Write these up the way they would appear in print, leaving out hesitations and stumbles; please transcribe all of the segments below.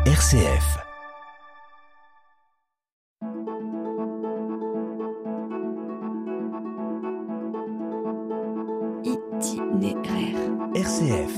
RCF. Itinéraire. RCF.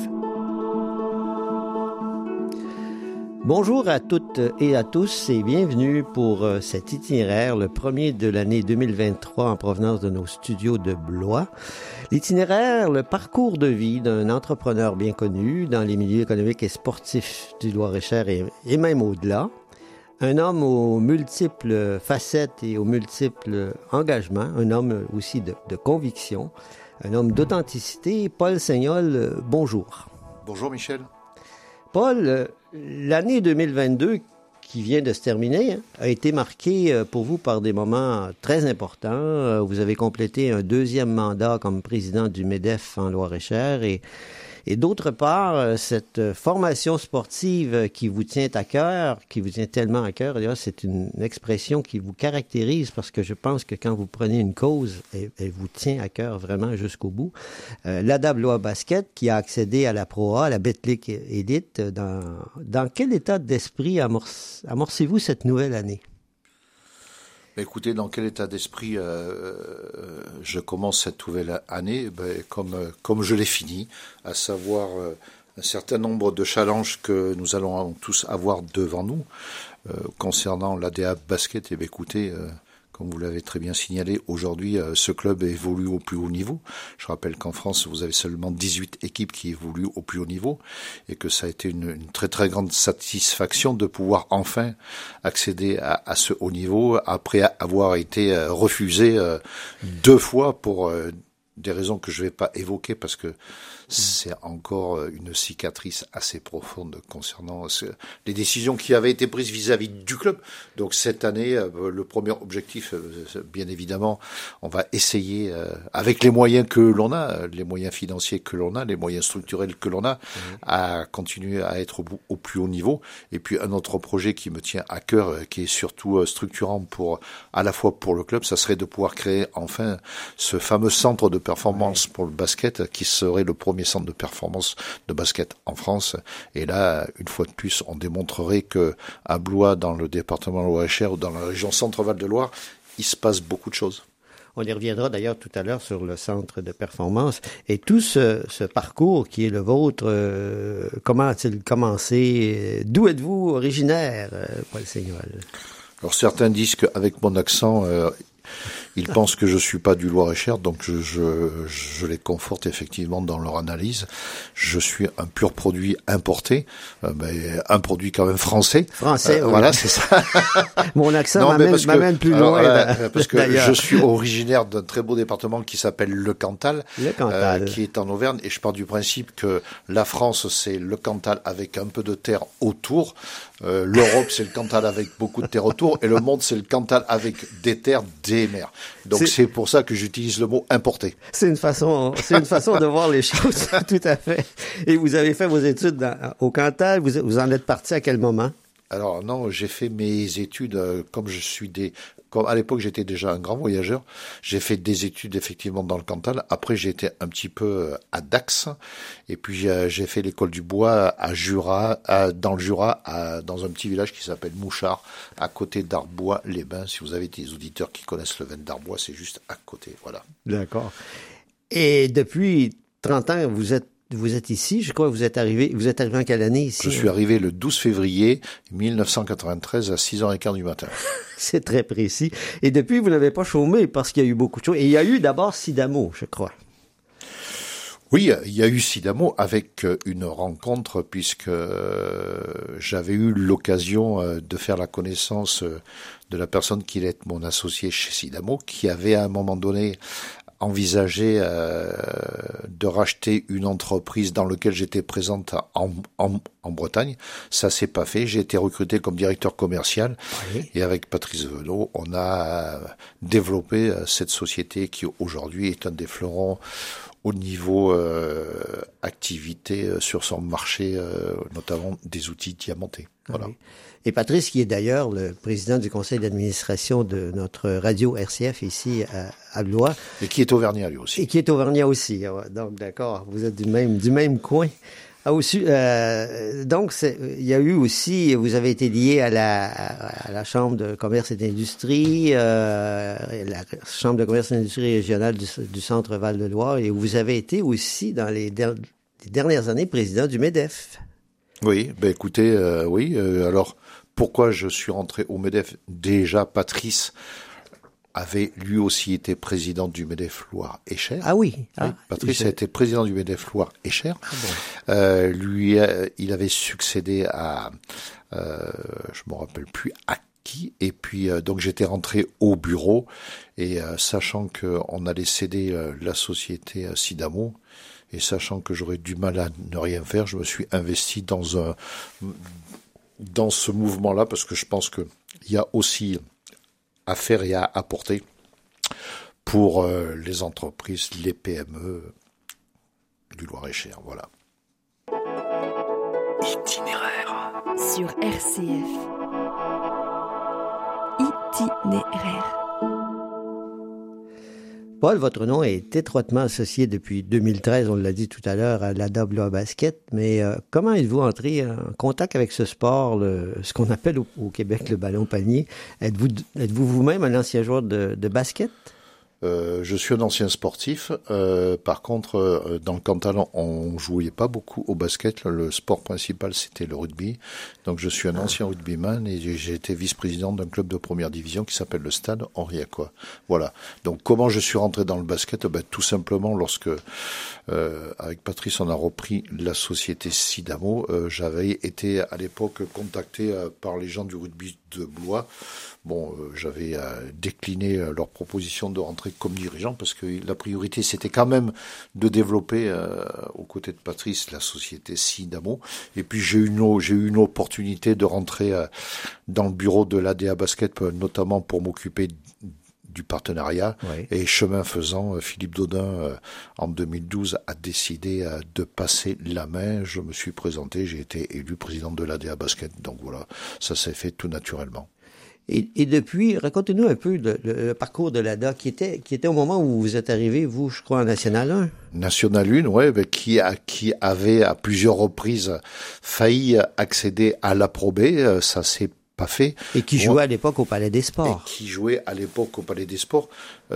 Bonjour à toutes et à tous et bienvenue pour cet itinéraire, le premier de l'année 2023 en provenance de nos studios de Blois. L'itinéraire, le parcours de vie d'un entrepreneur bien connu dans les milieux économiques et sportifs du Loir-et-Cher et même au-delà. Un homme aux multiples facettes et aux multiples engagements, un homme aussi de conviction, un homme d'authenticité. Paul Seignol, bonjour. Bonjour Michel. Paul, l'année 2022 qui vient de se terminer a été marquée pour vous par des moments très importants. Vous avez complété un deuxième mandat comme président du MEDEF en Loir-et-Cher et d'autre part, cette formation sportive qui vous tient à cœur, qui vous tient tellement à cœur, d'ailleurs, c'est une expression qui vous caractérise parce que je pense que quand vous prenez une cause, elle vous tient à cœur vraiment jusqu'au bout. L'ADA Blois Basket qui a accédé à la Pro A, à la Betclic Elite, dans quel état d'esprit amorcez-vous cette nouvelle année? Écoutez, dans quel état d'esprit je commence cette nouvelle année? Comme je l'ai fini, à savoir un certain nombre de challenges que nous allons tous avoir devant nous. Concernant l'ADA Basket, écoutez, comme vous l'avez très bien signalé, aujourd'hui, ce club évolue au plus haut niveau. Je rappelle qu'en France, vous avez seulement 18 équipes qui évoluent au plus haut niveau et que ça a été une très très grande satisfaction de pouvoir enfin accéder à ce haut niveau après avoir été refusé 2 fois pour des raisons que je ne vais pas évoquer parce que c'est encore une cicatrice assez profonde concernant les décisions qui avaient été prises vis-à-vis du club. Donc cette année, le premier objectif, bien évidemment, on va essayer, avec les moyens que l'on a, les moyens financiers que l'on a, les moyens structurels que l'on a, à continuer à être au plus haut niveau. Et puis un autre projet qui me tient à cœur, qui est surtout structurant à la fois pour le club, ça serait de pouvoir créer enfin ce fameux centre de performance pour le basket qui serait le premier centre de performance de basket en France. Et là, une fois de plus, on démontrerait que à Blois, dans le département de Loir-et-Cher ou dans la région Centre-Val de Loire, il se passe beaucoup de choses. On y reviendra d'ailleurs tout à l'heure sur le centre de performance. Et tout ce parcours qui est le vôtre, comment a-t-il commencé? D'où êtes-vous originaire, Paul Seignol? Alors certains disent qu'avec mon accent, ils pensent que je suis pas du Loir-et-Cher, donc je les conforte effectivement dans leur analyse. Je suis un pur produit importé, un produit quand même français. Français, oui. Voilà, c'est ça. Mon accent m'amène plus loin. Parce que je suis originaire d'un très beau département qui s'appelle le Cantal, qui est en Auvergne, et je pars du principe que la France, c'est le Cantal avec un peu de terre autour. L'Europe, c'est le Cantal avec beaucoup de terre autour, et le monde, c'est le Cantal avec des terres, des mers. Donc c'est pour ça que j'utilise le mot importé. C'est une façon de voir les choses, tout à fait. Et vous avez fait vos études au Cantal, vous en êtes parti à quel moment? Alors non, j'ai fait mes études comme à l'époque j'étais déjà un grand voyageur. J'ai fait des études effectivement dans le Cantal. Après j'ai été un petit peu à Dax et puis j'ai fait l'école du bois dans le Jura, dans un petit village qui s'appelle Mouchard, à côté d'Arbois-les-Bains. Si vous avez des auditeurs qui connaissent le vin d'Arbois, c'est juste à côté. Voilà. D'accord. Et depuis 30 ans, vous êtes ici, je crois que vous êtes arrivé en quelle année ici? Je suis arrivé le 12 février 1993 à 6h15 du matin. C'est très précis. Et depuis, vous n'avez pas chômé parce qu'il y a eu beaucoup de choses. Et il y a eu d'abord Sidamo, je crois. Oui, il y a eu Sidamo avec une rencontre puisque j'avais eu l'occasion de faire la connaissance de la personne qui allait être mon associé chez Sidamo, qui avait à un moment donné envisagé de racheter une entreprise dans laquelle j'étais présente en Bretagne. Ça s'est pas fait. J'ai été recruté comme directeur commercial. Oui. Et avec Patrice Venot, on a développé cette société qui aujourd'hui est un des fleurons au niveau activité sur son marché, notamment des outils diamantés. Voilà. Oui. Et Patrice, qui est d'ailleurs le président du conseil d'administration de notre radio RCF ici à Blois. Et qui est auvergnat lui aussi. Et qui est auvergnat aussi. Donc d'accord, vous êtes du même coin. Donc, il y a eu aussi, vous avez été lié à la Chambre de commerce et d'industrie, la Chambre de commerce et d'industrie régionale du Centre Val-de-Loire, et vous avez été aussi, dans les dernières années, président du MEDEF. Oui, écoutez, oui. Alors, pourquoi je suis rentré au MEDEF? Déjà, Patrice avait lui aussi été président du MEDEF Loire et Cher. Ah oui. Patrice a été président du MEDEF Loire et Cher. Ah bon. Lui, il avait succédé à, je me rappelle plus à qui. Et puis donc j'étais rentré au bureau et sachant que on allait céder la société Sidamo. Et sachant que j'aurais du mal à ne rien faire, je me suis investi dans ce mouvement-là parce que je pense que il y a aussi à faire et à apporter pour les entreprises, les PME du Loir-et-Cher. Voilà. Itinéraire sur RCF. Itinéraire. Paul, votre nom est étroitement associé depuis 2013, on l'a dit tout à l'heure, à l'AWA Basket, mais comment êtes-vous entré en contact avec ce sport, ce qu'on appelle au Québec le ballon panier? Êtes-vous vous-même un ancien joueur de basket? Je suis un ancien sportif. Par contre, dans le Cantal, on jouait pas beaucoup au basket. Le sport principal, c'était le rugby. Donc, je suis un ancien rugbyman et j'ai été vice-président d'un club de première division qui s'appelle le Stade Henri Aqua. Voilà. Donc, comment je suis rentré dans le basket? Tout simplement, lorsque avec Patrice, on a repris la société Sidamo. J'avais été à l'époque contacté par les gens du rugby de Blois. Bon, j'avais décliné leur proposition de rentrer comme dirigeant parce que la priorité c'était quand même de développer aux côtés de Patrice la société Sidamo. Et puis j'ai eu une opportunité de rentrer dans le bureau de l'ADA Basket, notamment pour m'occuper du partenariat. Oui. Et chemin faisant, Philippe Daudin, en 2012, a décidé de passer la main. Je me suis présenté, j'ai été élu président de l'ADA Basket. Donc voilà, ça s'est fait tout naturellement. Et depuis, racontez-nous un peu le parcours de l'ADA qui était au moment où vous êtes arrivé, vous, je crois, en National 1. National 1, ouais, qui avait à plusieurs reprises failli accéder à la Pro B. Ça s'est pas fait. Et qui jouait à l'époque au Palais des Sports. Et qui jouait à l'époque au Palais des Sports.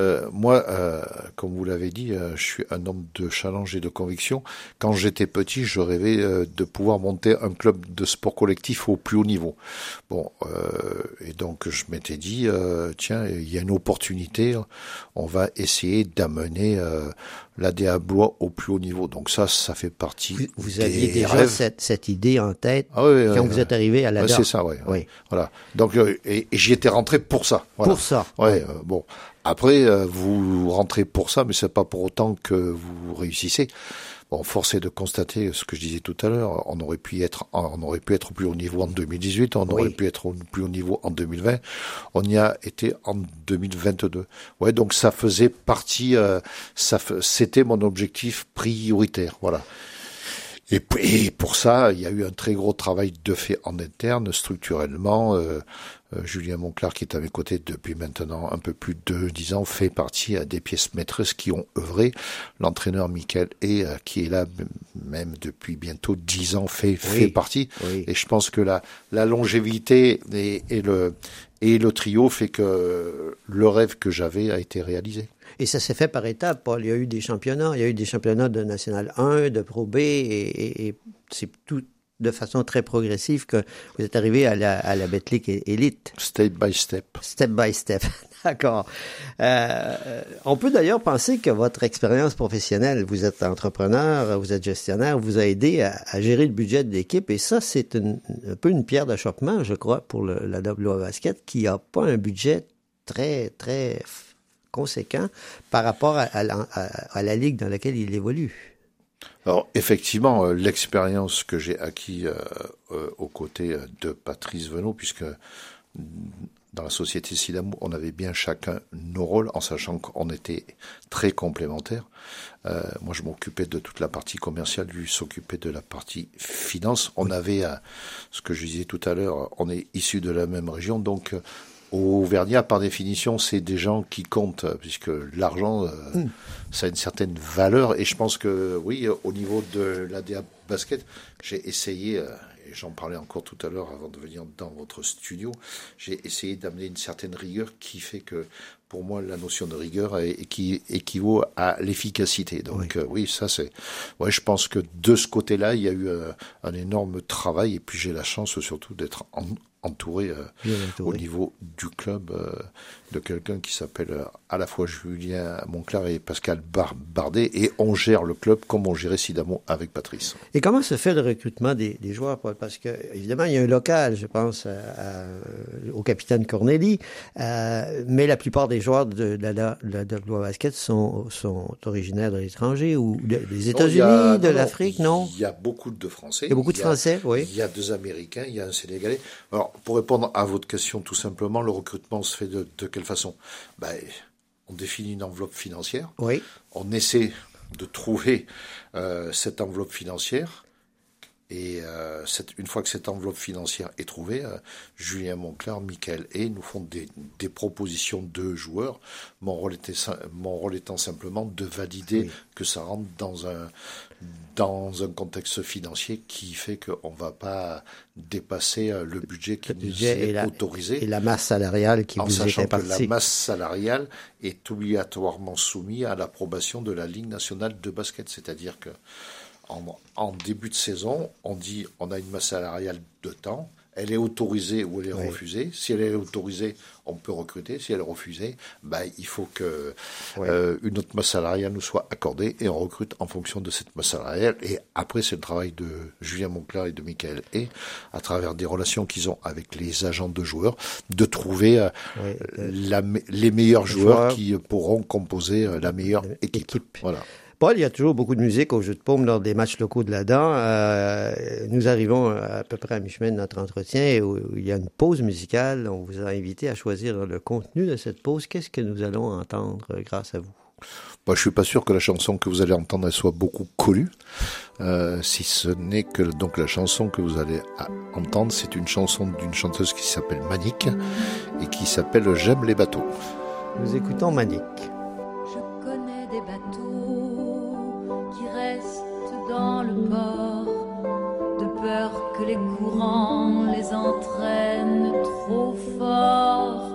Comme vous l'avez dit, je suis un homme de challenge et de conviction. Quand j'étais petit, je rêvais de pouvoir monter un club de sport collectif au plus haut niveau. Bon, et donc je m'étais dit, tiens, il y a une opportunité, on va essayer d'amener l'ADA Blois au plus haut niveau. Donc ça fait partie vous aviez déjà rêves. cette idée en tête quand vous êtes arrivé à l'ADA. C'est ça, oui. Voilà. Donc et j'y étais rentré pour ça. Voilà. Pour ça. Ouais, bon. Après, vous rentrez pour ça, mais c'est pas pour autant que vous réussissez. Bon, force est de constater ce que je disais tout à l'heure. On aurait pu être au plus haut niveau en 2018. On aurait pu être au plus haut niveau en 2020. On y a été en 2022. Ouais, donc ça faisait partie. C'était mon objectif prioritaire. Voilà. Et pour ça, il y a eu un très gros travail de fait en interne, structurellement. Julien Monclar, qui est à mes côtés depuis maintenant un peu plus de 10 ans, fait partie des pièces maîtresses qui ont œuvré. L'entraîneur Michael qui est là même depuis bientôt 10 ans, fait partie. Oui. Et je pense que la longévité et le trio fait que le rêve que j'avais a été réalisé. Et ça s'est fait par étapes, Paul. Il y a eu des championnats. Il y a eu des championnats de National 1, de Pro B, et c'est tout de façon très progressive que vous êtes arrivé à la Betclic Elite. Step by step. Step by step. D'accord. On peut d'ailleurs penser que votre expérience professionnelle, vous êtes entrepreneur, vous êtes gestionnaire, vous a aidé à gérer le budget de l'équipe. Et ça, c'est un peu une pierre d'achoppement, je crois, pour la WA Basket, qui n'a pas un budget très, très conséquent par rapport à la ligue dans laquelle il évolue. Alors effectivement, l'expérience que j'ai acquis aux côtés de Patrice Venot, puisque dans la société Sidamo, on avait bien chacun nos rôles, en sachant qu'on était très complémentaires. Moi, je m'occupais de toute la partie commerciale, lui s'occupait de la partie finance. On avait, ce que je disais tout à l'heure, on est issus de la même région, donc Auvergnat, par définition, c'est des gens qui comptent, puisque l'argent, ça a une certaine valeur. Et je pense que, oui, au niveau de l'ADA Basket, j'ai essayé, et j'en parlais encore tout à l'heure avant de venir dans votre studio, j'ai essayé d'amener une certaine rigueur qui fait que, pour moi, la notion de rigueur qui équivaut à l'efficacité. Donc, oui, ça c'est... Ouais, je pense que de ce côté-là, il y a eu un énorme travail. Et puis, j'ai la chance surtout d'être entouré au niveau du club de quelqu'un qui s'appelle à la fois Julien Monclar et Pascal Bardet, et on gère le club comme on gérait Sidamo avec Patrice. Et comment se fait le recrutement des joueurs, Paul? Parce que évidemment, il y a un local, je pense au capitaine Corneli, mais la plupart des joueurs de la Basket sont originaires de l'étranger ou des États-Unis, de l'Afrique, non? Il y a beaucoup de Français. Il y a beaucoup de Français, oui. Il y a 2 Américains, il y a un Sénégalais. Alors, pour répondre à votre question, tout simplement, le recrutement se fait de quelle façon? On définit une enveloppe financière. Oui. On essaie de trouver cette enveloppe financière. Et une fois que cette enveloppe financière est trouvée, Julien Monclar, Michael Hay nous font des propositions de joueurs. Mon rôle étant simplement de valider que ça rentre dans un contexte financier qui fait qu'on ne va pas dépasser le budget qui nous est autorisé. Et la masse salariale qui vous est impartie. Que la masse salariale est obligatoirement soumise à l'approbation de la Ligue nationale de basket. C'est-à-dire que en début de saison, on dit on a une masse salariale de temps, elle est autorisée ou elle est refusée. Si elle est autorisée, on peut recruter. Si elle est refusée, il faut que une autre masse salariale nous soit accordée et on recrute en fonction de cette masse salariale. Et après, c'est le travail de Julien Monclar et de Michael Hay, à travers des relations qu'ils ont avec les agents de joueurs, de trouver les meilleurs joueurs qui pourront composer la meilleure équipe. Voilà. Paul, il y a toujours beaucoup de musique au Jeu de Paume lors des matchs locaux de l'Adam. Nous arrivons à peu près à mi-chemin de notre entretien où il y a une pause musicale. On vous a invité à choisir le contenu de cette pause. Qu'est-ce que nous allons entendre grâce à vous? Je suis pas sûr que la chanson que vous allez entendre elle soit beaucoup connue. Si ce n'est que donc la chanson que vous allez entendre, c'est une chanson d'une chanteuse qui s'appelle Manique et qui s'appelle J'aime les bateaux. Nous écoutons Manique. Je connais des bateaux dans le port, de peur que les courants les entraînent trop fort.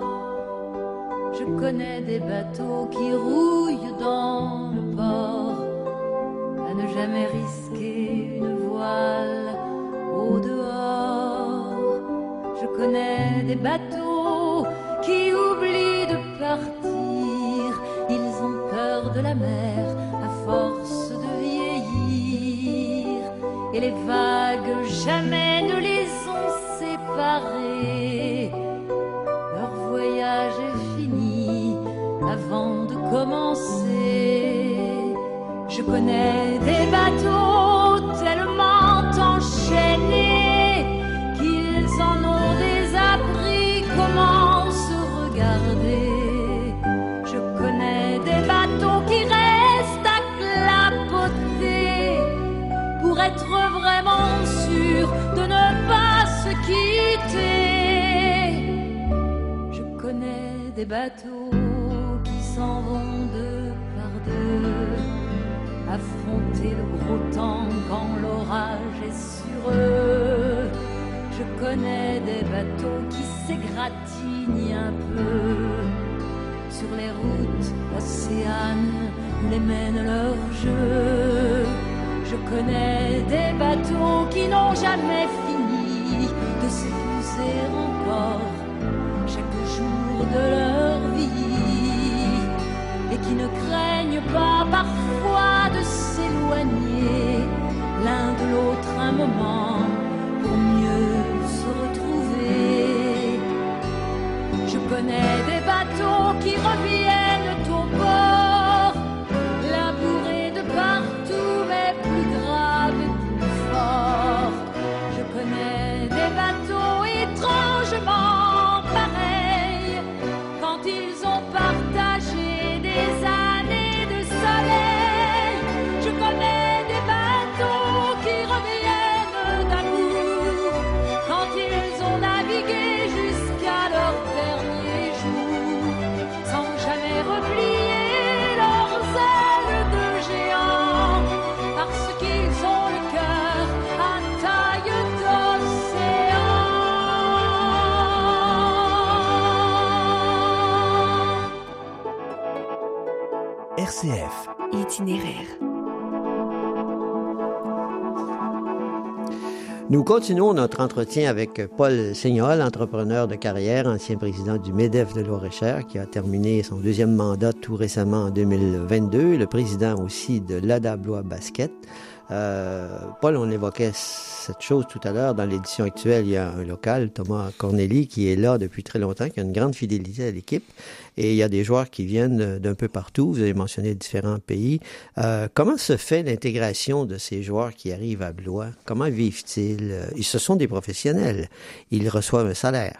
Je connais des bateaux qui rouillent dans le port, à ne jamais risquer une voile au dehors. Je connais des bateaux qui oublient de partir, ils ont peur de la mer à force de vieillir, et les vagues jamais ne les ont séparés. Leur voyage est fini avant de commencer. Je connais des bateaux tellement enchaînés qu'ils en ont désappris comment se regarder. Je connais des bateaux qui restent à clapoter pour être vraiment sûrs de ne pas se quitter. Je connais des bateaux qui s'en vont deux par deux, affronter le gros temps quand l'orage est sur eux. Je connais des bateaux qui s'égratignent un peu sur les routes océanes où les mène leur jeu. Je connais des bateaux qui n'ont jamais fini de s'épouser encore chaque jour de leur vie, et qui ne craignent pas parfois de s'éloigner l'un de l'autre un moment pour mieux se retrouver. Je connais des bateaux qui reviennent au bord, labourés de partout mais plus graves et plus forts. Je connais des bateaux étrangement pareils quand ils ont partagé des années de soleil. Je connais des bateaux qui reviennent d'amour quand ils ont navigué jusqu'à leur dernier RCF. Itinéraire. Nous continuons notre entretien avec Paul Seignol, entrepreneur de carrière, ancien président du MEDEF de Loir-et-Cher, qui a terminé son deuxième mandat tout récemment en 2022, le président aussi de l'ADA Blois Basket. Paul, on évoquait cette chose tout à l'heure. Dans l'édition actuelle, il y a un local, Thomas Corneli, qui est là depuis très longtemps, qui a une grande fidélité à l'équipe. Et il y a des joueurs qui viennent d'un peu partout. Vous avez mentionné différents pays. Comment se fait l'intégration de ces joueurs qui arrivent à Blois? Comment vivent-ils? Ce sont des professionnels. Ils reçoivent un salaire.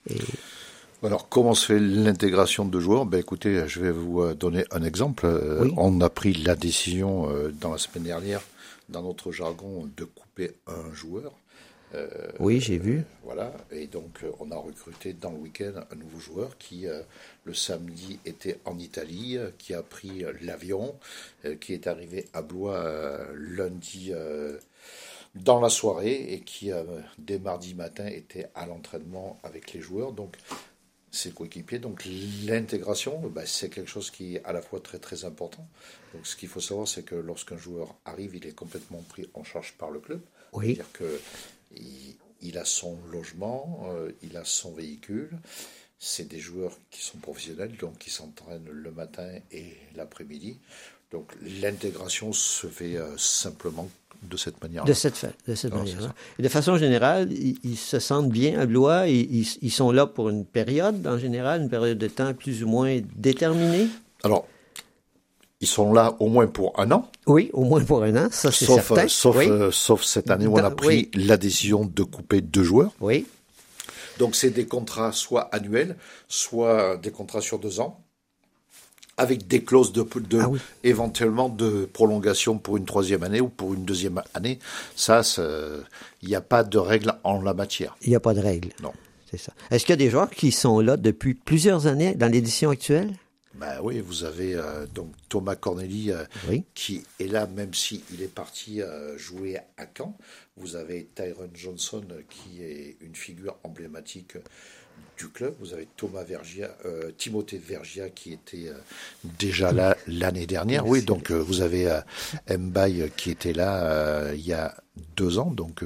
Alors, comment se fait l'intégration de joueurs? Écoutez, je vais vous donner un exemple. Oui. On a pris la décision dans la semaine dernière, dans notre jargon, de couper un joueur. Oui, j'ai vu. Voilà, et donc on a recruté dans le week-end un nouveau joueur qui, le samedi, était en Italie, qui a pris l'avion, qui est arrivé à Blois lundi dans la soirée et qui, dès mardi matin, était à l'entraînement avec les joueurs. Donc, ses coéquipiers. Donc l'intégration, c'est quelque chose qui est à la fois très très important. Donc ce qu'il faut savoir, c'est que lorsqu'un joueur arrive, il est complètement pris en charge par le club. Oui. C'est-à-dire qu'il a son logement, il a son véhicule. C'est des joueurs qui sont professionnels, donc qui s'entraînent le matin et l'après-midi. Donc l'intégration se fait simplement de cette manière-là. De cette manière-là. Et de façon générale, ils se sentent bien à Blois. Ils sont là pour une période, en général, une période de temps plus ou moins déterminée. Alors, ils sont là au moins pour un an. Oui, au moins pour un an, ça c'est certain. Sauf cette année où on a pris la décision de couper 2 joueurs. Oui. Donc c'est des contrats soit annuels, soit des contrats sur 2 ans. Avec des clauses éventuellement de prolongation pour une 3e année ou pour une 2e année. Ça, il n'y a pas de règle en la matière. Il n'y a pas de règle. Non. C'est ça. Est-ce qu'il y a des joueurs qui sont là depuis plusieurs années dans l'édition actuelle? Oui, vous avez donc Thomas Corneli qui est là, même s'il est parti jouer à Caen. Vous avez Tyron Johnson qui est une figure emblématique du club. Vous avez Timothée Vergia qui était déjà là l'année dernière. Oui, donc vous avez Mbaye qui était là il y a 2 ans. Donc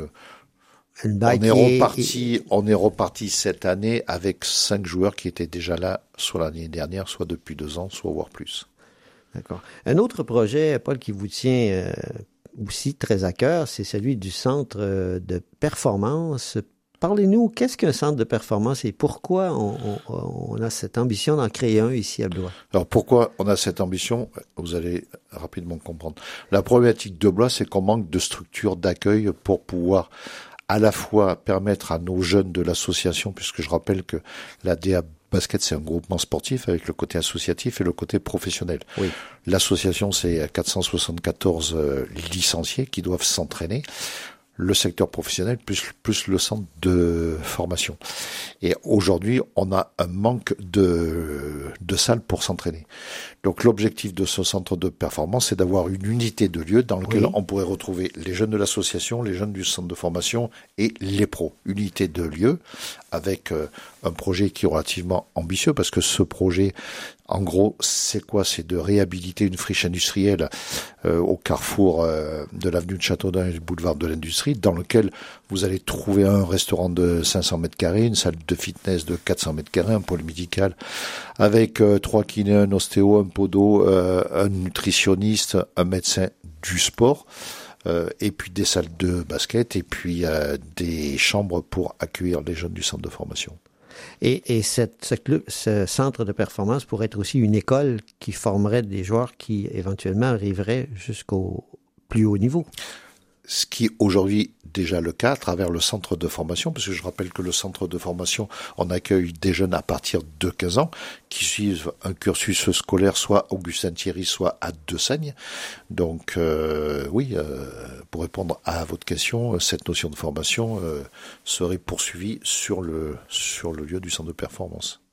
on est reparti cette année avec 5 joueurs qui étaient déjà là, soit l'année dernière, soit depuis 2 ans, soit voire plus. D'accord. Un autre projet, Paul, qui vous tient aussi très à cœur, c'est celui du centre de performance. Parlez-nous, qu'est-ce qu'un centre de performance et pourquoi on a cette ambition d'en créer un ici à Blois? Alors pourquoi on a cette ambition? Vous allez rapidement comprendre. La problématique de Blois, c'est qu'on manque de structure d'accueil pour pouvoir à la fois permettre à nos jeunes de l'association, puisque je rappelle que la DA Basket, c'est un groupement sportif avec le côté associatif et le côté professionnel. Oui. L'association, c'est 474 licenciés qui doivent s'entraîner. Le secteur professionnel plus le centre de formation. Et aujourd'hui, on a un manque de salles pour s'entraîner. Donc l'objectif de ce centre de performance, c'est d'avoir une unité de lieu dans lequel on pourrait retrouver les jeunes de l'association, les jeunes du centre de formation et les pros. Unité de lieu avec un projet qui est relativement ambitieux parce que ce projet, en gros, c'est quoi? C'est de réhabiliter une friche industrielle au carrefour de l'avenue de Châteaudun et du boulevard de l'Industrie, dans lequel vous allez trouver un restaurant de 500 mètres carrés, une salle de fitness de 400 mètres carrés, un pôle médical avec 3 kinés, un ostéo, un podo, un nutritionniste, un médecin du sport. Et puis des salles de basket et puis des chambres pour accueillir les jeunes du centre de formation. Et ce centre de performance pourrait être aussi une école qui formerait des joueurs qui éventuellement arriveraient jusqu'au plus haut niveau. Ce qui est aujourd'hui déjà le cas à travers le centre de formation, parce que je rappelle que le centre de formation, on accueille des jeunes à partir de 15 ans qui suivent un cursus scolaire soit Augustin Thierry, soit à Deux-Sagnes. Donc pour répondre à votre question, cette notion de formation serait poursuivie sur le lieu du centre de performance.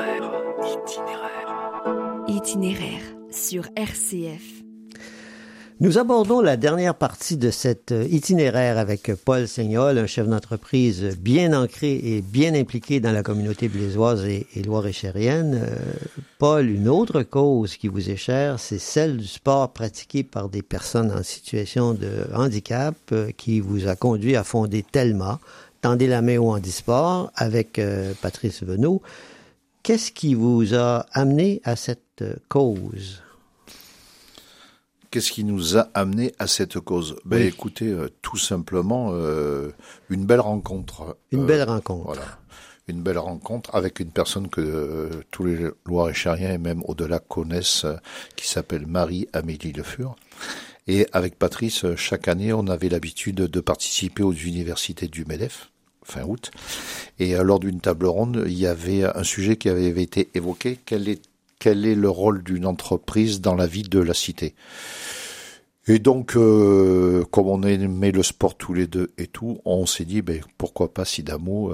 Itinéraire sur RCF. Nous abordons la dernière partie de cet itinéraire avec Paul Seignol, un chef d'entreprise bien ancré et bien impliqué dans la communauté blésoise et loire-et-chérienne. Paul, une autre cause qui vous est chère, c'est celle du sport pratiqué par des personnes en situation de handicap qui vous a conduit à fonder Telma, Tendez la main au handisport, avec Patrice Venot. Qu'est-ce qui vous a amené à cette cause? Qu'est-ce qui nous a amené à cette cause? Oui. Écoutez, tout simplement, une belle rencontre. Une belle rencontre. Voilà. Une belle rencontre avec une personne que tous les Loir-et-Chériens et même au-delà connaissent, qui s'appelle Marie-Amélie Le Fur. Et avec Patrice, chaque année, on avait l'habitude de participer aux universités du MEDEF, fin août. Et lors d'une table ronde, il y avait un sujet qui avait été évoqué. Quel est le rôle d'une entreprise dans la vie de la cité? Et donc, comme on aimait le sport tous les deux et tout, on s'est dit, pourquoi pas Sidamo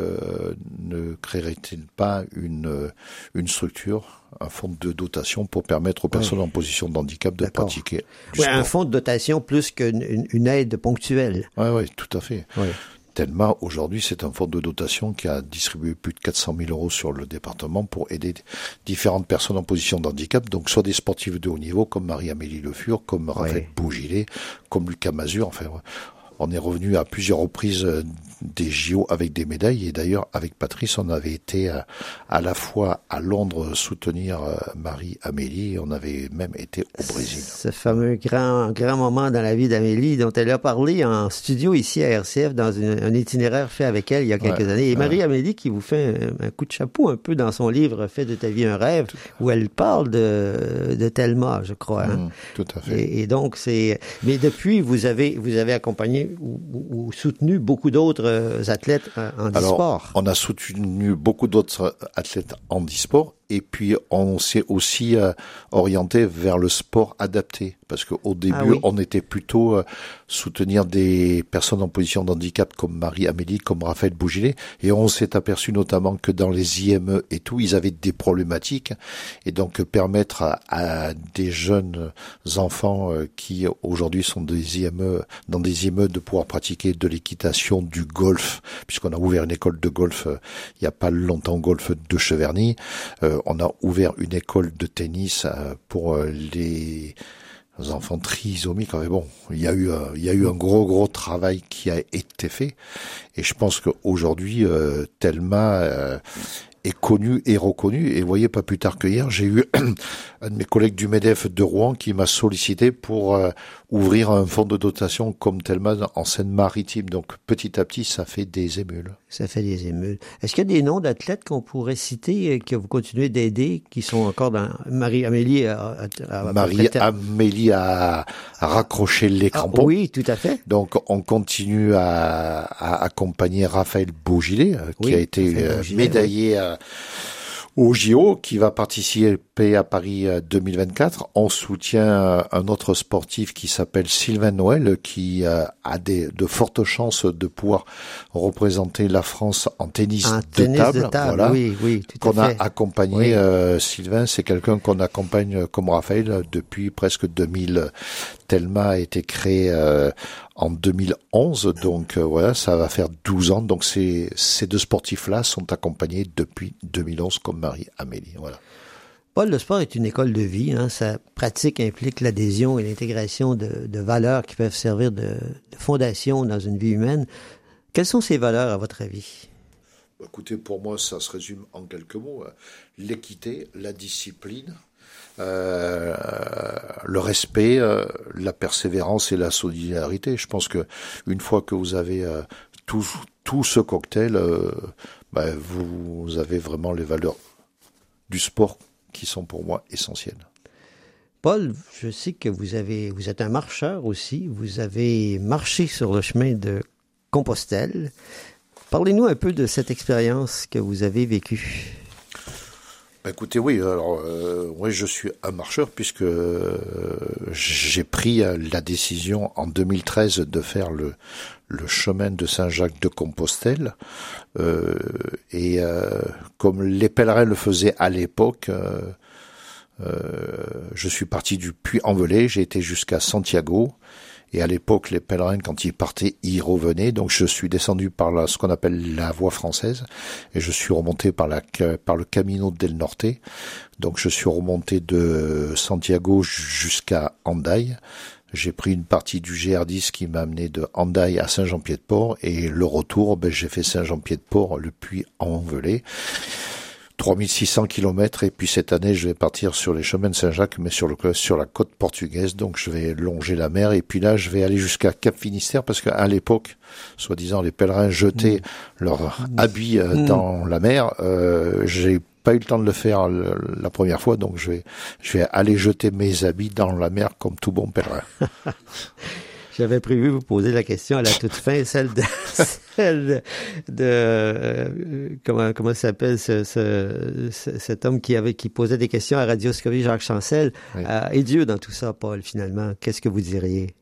ne créerait-il pas une structure, un fonds de dotation pour permettre aux personnes en position de handicap de pratiquer du sport. Un fonds de dotation plus qu'une aide ponctuelle. Oui, tout à fait. Oui. Telma, aujourd'hui, c'est un fonds de dotation qui a distribué plus de 400 000 euros sur le département pour aider différentes personnes en position de handicap, donc soit des sportifs de haut niveau, comme Marie-Amélie Le Fur, comme Raphaël Bougilet, comme Lucas Mazur, enfin... On est revenu à plusieurs reprises des JO avec des médailles et d'ailleurs avec Patrice on avait été à la fois à Londres soutenir Marie-Amélie et on avait même été au Brésil. Ce fameux grand moment dans la vie d'Amélie dont elle a parlé en studio ici à RCF dans un itinéraire fait avec elle il y a quelques années. Et Marie-Amélie qui vous fait un coup de chapeau un peu dans son livre Fais de ta vie un rêve où elle parle de Telma, je crois. Hein? Tout à fait. Et donc mais depuis vous avez accompagné ou soutenu beaucoup d'autres athlètes handisport. On a soutenu beaucoup d'autres athlètes handisport et puis on s'est aussi orienté vers le sport adapté parce qu'au début on était plutôt soutenir des personnes en position de handicap comme Marie-Amélie, comme Raphaël Bougilet et on s'est aperçu notamment que dans les IME et tout, ils avaient des problématiques et donc permettre à des jeunes enfants qui aujourd'hui sont des IME, dans des IME de pouvoir pratiquer de l'équitation, du golf, puisqu'on a ouvert une école de golf il y a pas longtemps, golf de Cheverny. On a ouvert une école de tennis pour les enfants trisomiques. Mais bon, il y a eu un gros travail qui a été fait. Et je pense qu'aujourd'hui, Telma est connu et reconnu. Et vous voyez, pas plus tard que hier, j'ai eu un de mes collègues du MEDEF de Rouen qui m'a sollicité pour ouvrir un fonds de dotation comme Telma en Seine-Maritime. Donc petit à petit, ça fait des émules. Ça fait des émules. Est-ce qu'il y a des noms d'athlètes qu'on pourrait citer que vous continuez d'aider, qui sont encore dans... Marie-Amélie a raccroché les crampons. Oui, tout à fait. Donc on continue à accompagner Raphaël Bougilet, qui a été médaillé au JO, qui va participer à Paris 2024. On soutient un autre sportif qui s'appelle Sylvain Noël, qui a de fortes chances de pouvoir représenter la France en tennis de table. Voilà. Oui, tout qu'on à fait. A accompagné. Sylvain, c'est quelqu'un qu'on accompagne comme Raphaël depuis presque 2000. Telma a été créé en 2011, donc voilà, ça va faire 12 ans. Donc ces deux sportifs-là sont accompagnés depuis 2011 comme Marie-Amélie. Voilà. Paul, le sport est une école de vie. Hein. Sa pratique implique l'adhésion et l'intégration de valeurs qui peuvent servir de fondation dans une vie humaine. Quelles sont ces valeurs, à votre avis? Écoutez, pour moi, ça se résume en quelques mots. L'équité, la discipline, le respect, la persévérance et la solidarité. Je pense que une fois que vous avez tout ce cocktail, vous avez vraiment les valeurs du sport qui sont pour moi essentielles. Paul, je sais que vous êtes un marcheur aussi. Vous avez marché sur le chemin de Compostelle. Parlez-nous un peu de cette expérience que vous avez vécue. Écoutez, oui, alors je suis un marcheur puisque j'ai pris la décision en 2013 de faire le chemin de Saint-Jacques-de-Compostelle et comme les pèlerins le faisaient à l'époque, Je suis parti du Puy-en-Velay, j'ai été jusqu'à Santiago. Et à l'époque, les pèlerins, quand ils partaient, ils revenaient. Donc, je suis descendu par ce qu'on appelle la voie française. Et je suis remonté par le Camino del Norte. Donc, je suis remonté de Santiago jusqu'à Hendaye. J'ai pris une partie du GR10 qui m'a amené de Hendaye à Saint-Jean-Pied-de-Port. Et le retour, j'ai fait Saint-Jean-Pied-de-Port, le Puy-en-Velay. 3600 kilomètres, et puis cette année je vais partir sur les chemins de Saint-Jacques, mais sur la côte portugaise, donc je vais longer la mer, et puis là je vais aller jusqu'à Cap-Finistère, parce qu'à l'époque, soi-disant, les pèlerins jetaient leurs habits dans la mer. J'ai pas eu le temps de le faire la première fois, donc je vais aller jeter mes habits dans la mer comme tout bon pèlerin. J'avais prévu vous poser la question à la toute fin, celle de comment s'appelle cet homme qui posait des questions à Radio Scovie, Jacques Chancel. Oui. Et Dieu dans tout ça, Paul, finalement, qu'est-ce que vous diriez?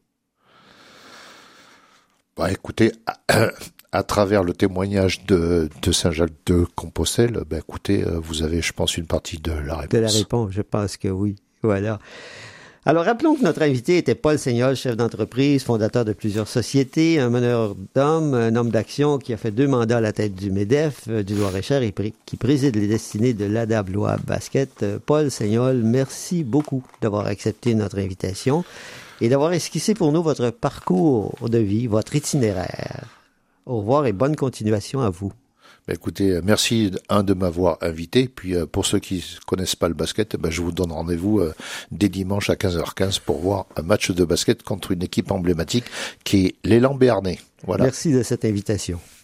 Écoutez, à travers le témoignage de Saint-Jacques de Compostelle, écoutez, vous avez, je pense, une partie de la réponse. De la réponse, je pense que oui. Voilà. Alors, rappelons que notre invité était Paul Seignol, chef d'entreprise, fondateur de plusieurs sociétés, un meneur d'hommes, un homme d'action qui a fait 2 mandats à la tête du MEDEF, du Loir-et-Cher, et qui préside les destinées de l'ADA Blois Basket. Paul Seignol, merci beaucoup d'avoir accepté notre invitation et d'avoir esquissé pour nous votre parcours de vie, votre itinéraire. Au revoir et bonne continuation à vous. Écoutez, merci de m'avoir invité. Puis pour ceux qui connaissent pas le basket, je vous donne rendez-vous dès dimanche à 15h15 pour voir un match de basket contre une équipe emblématique qui est l'Élan Béarnais. Voilà. Merci de cette invitation.